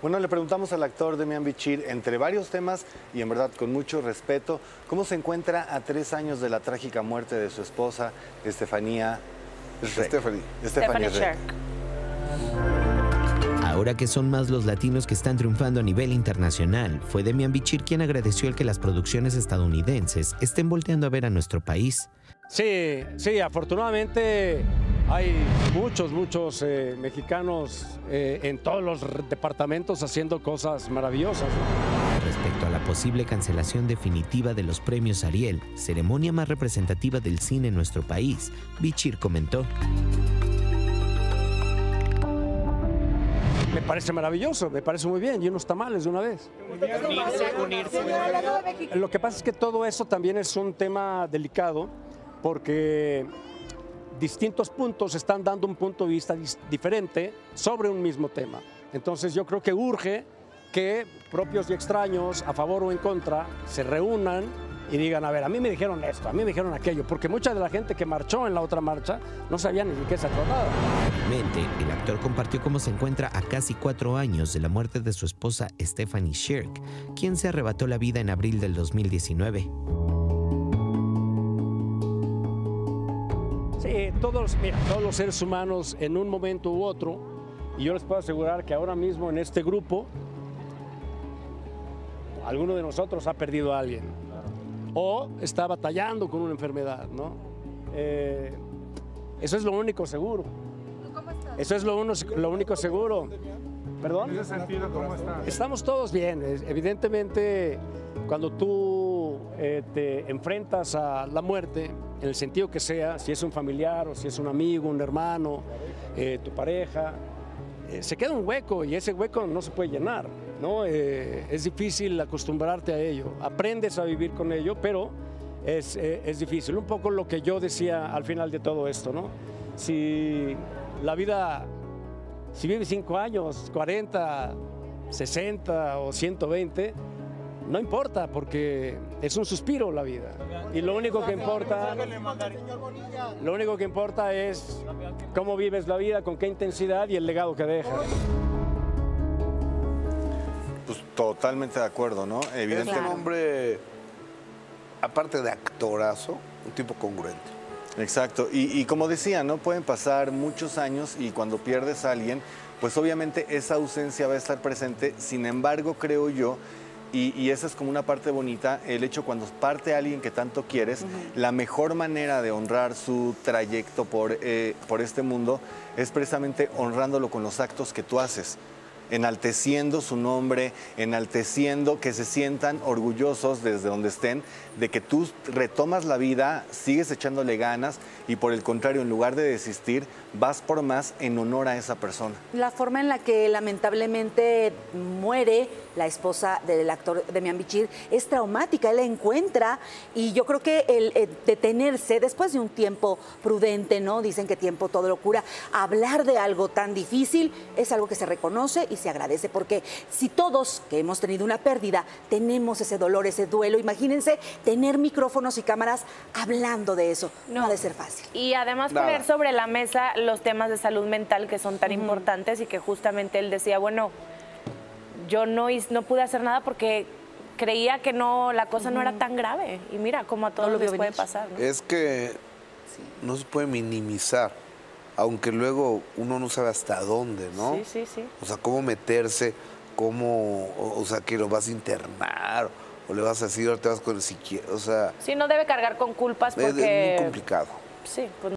Bueno, le preguntamos al actor Demián Bichir, entre varios temas y en verdad con mucho respeto, cómo se encuentra a 3 años de la trágica muerte de su esposa, Estefanía Shrek. Ahora que son más los latinos que están triunfando a nivel internacional, fue Demián Bichir quien agradeció el que las producciones estadounidenses estén volteando a ver a nuestro país. Sí, afortunadamente hay muchos mexicanos en todos los departamentos haciendo cosas maravillosas. Respecto a la posible cancelación definitiva de los premios Ariel, ceremonia más representativa del cine en nuestro país, Bichir comentó: Me parece maravilloso, me parece muy bien, y unos tamales de una vez. Unirse. Lo que pasa es que todo eso también es un tema delicado, porque distintos puntos están dando un punto de vista diferente sobre un mismo tema. Entonces yo creo que urge que propios y extraños, a favor o en contra, se reúnan y digan, a ver, a mí me dijeron esto, a mí me dijeron aquello, porque mucha de la gente que marchó en la otra marcha no sabía ni de qué se trataba. Finalmente, el actor compartió cómo se encuentra a casi 4 años de la muerte de su esposa Stephanie Shrek, quien se arrebató la vida en abril del 2019. Sí, todos los seres humanos en un momento u otro, y yo les puedo asegurar que ahora mismo en este grupo, alguno de nosotros ha perdido a alguien o está batallando con una enfermedad, ¿no? Eso es lo único seguro. ¿Cómo estás? Eso es lo único seguro. ¿Perdón? ¿En ese sentido cómo estás? Estamos todos bien. Evidentemente, cuando tú te enfrentas a la muerte, en el sentido que sea, si es un familiar o si es un amigo, un hermano, tu pareja, se queda un hueco y ese hueco no se puede llenar, ¿no? Es difícil acostumbrarte a ello. Aprendes a vivir con ello, pero es difícil. Un poco lo que yo decía al final de todo esto, ¿no? Si la vida, si vives 5 años, 40, 60 o 120, no importa, porque es un suspiro la vida. Y lo único que importa es cómo vives la vida, con qué intensidad y el legado que dejas. Pues totalmente de acuerdo, ¿no? Es un hombre, aparte de actorazo, un tipo congruente. Exacto, y como decía, ¿no? Pueden pasar muchos años y cuando pierdes a alguien, pues obviamente esa ausencia va a estar presente. Sin embargo, creo yo, y esa es como una parte bonita, el hecho cuando parte alguien que tanto quieres, la mejor manera de honrar su trayecto por este mundo es precisamente honrándolo con los actos que tú haces, enalteciendo su nombre, enalteciendo que se sientan orgullosos desde donde estén, de que tú retomas la vida, sigues echándole ganas y por el contrario, en lugar de desistir, vas por más en honor a esa persona. La forma en la que lamentablemente muere la esposa del actor Demián Bichir es traumática. Él la encuentra y yo creo que el detenerse después de un tiempo prudente, ¿no? Dicen que tiempo todo lo cura. Hablar de algo tan difícil es algo que se reconoce y se agradece, porque si todos que hemos tenido una pérdida tenemos ese dolor, ese duelo, imagínense tener micrófonos y cámaras hablando de eso. No ha de ser fácil. Y además poner sobre la mesa los temas de salud mental que son tan importantes y que justamente él decía, bueno, yo no pude hacer nada porque creía que la cosa no era tan grave. Y mira cómo a todos les puede pasar, ¿no? Es que no se puede minimizar, aunque luego uno no sabe hasta dónde, ¿no? Sí. O sea, cómo meterse, o sea, que lo vas a internar, o le vas a decir, ahora te vas con el psiquiatra, o sea... Sí, no debe cargar con culpas porque... Es muy complicado. Sí, pues